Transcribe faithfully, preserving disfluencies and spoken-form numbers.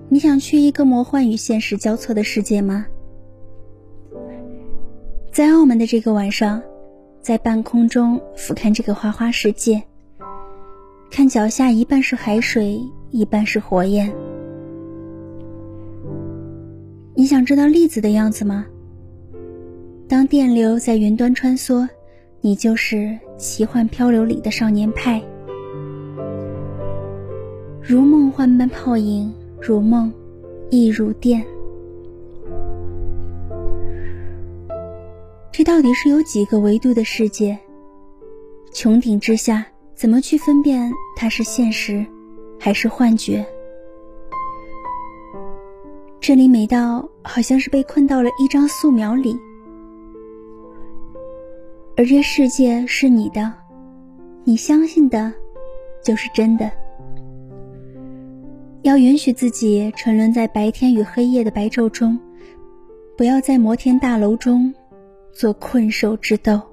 你想去一个魔幻与现实交错的世界吗？在澳门的这个晚上，在半空中俯瞰这个花花世界，看脚下一半是海水，一半是火焰。你想知道粒子的样子吗？当电流在云端穿梭，你就是奇幻漂流里的少年派。如梦幻般泡影，如梦亦如电。这到底是有几个维度的世界？穹顶之下，怎么去分辨它是现实还是幻觉？这里美到好像是被困到了一张素描里，而这世界是你的，你相信的就是真的。要允许自己沉沦在白天与黑夜的白昼中，不要在摩天大楼中做困兽之斗。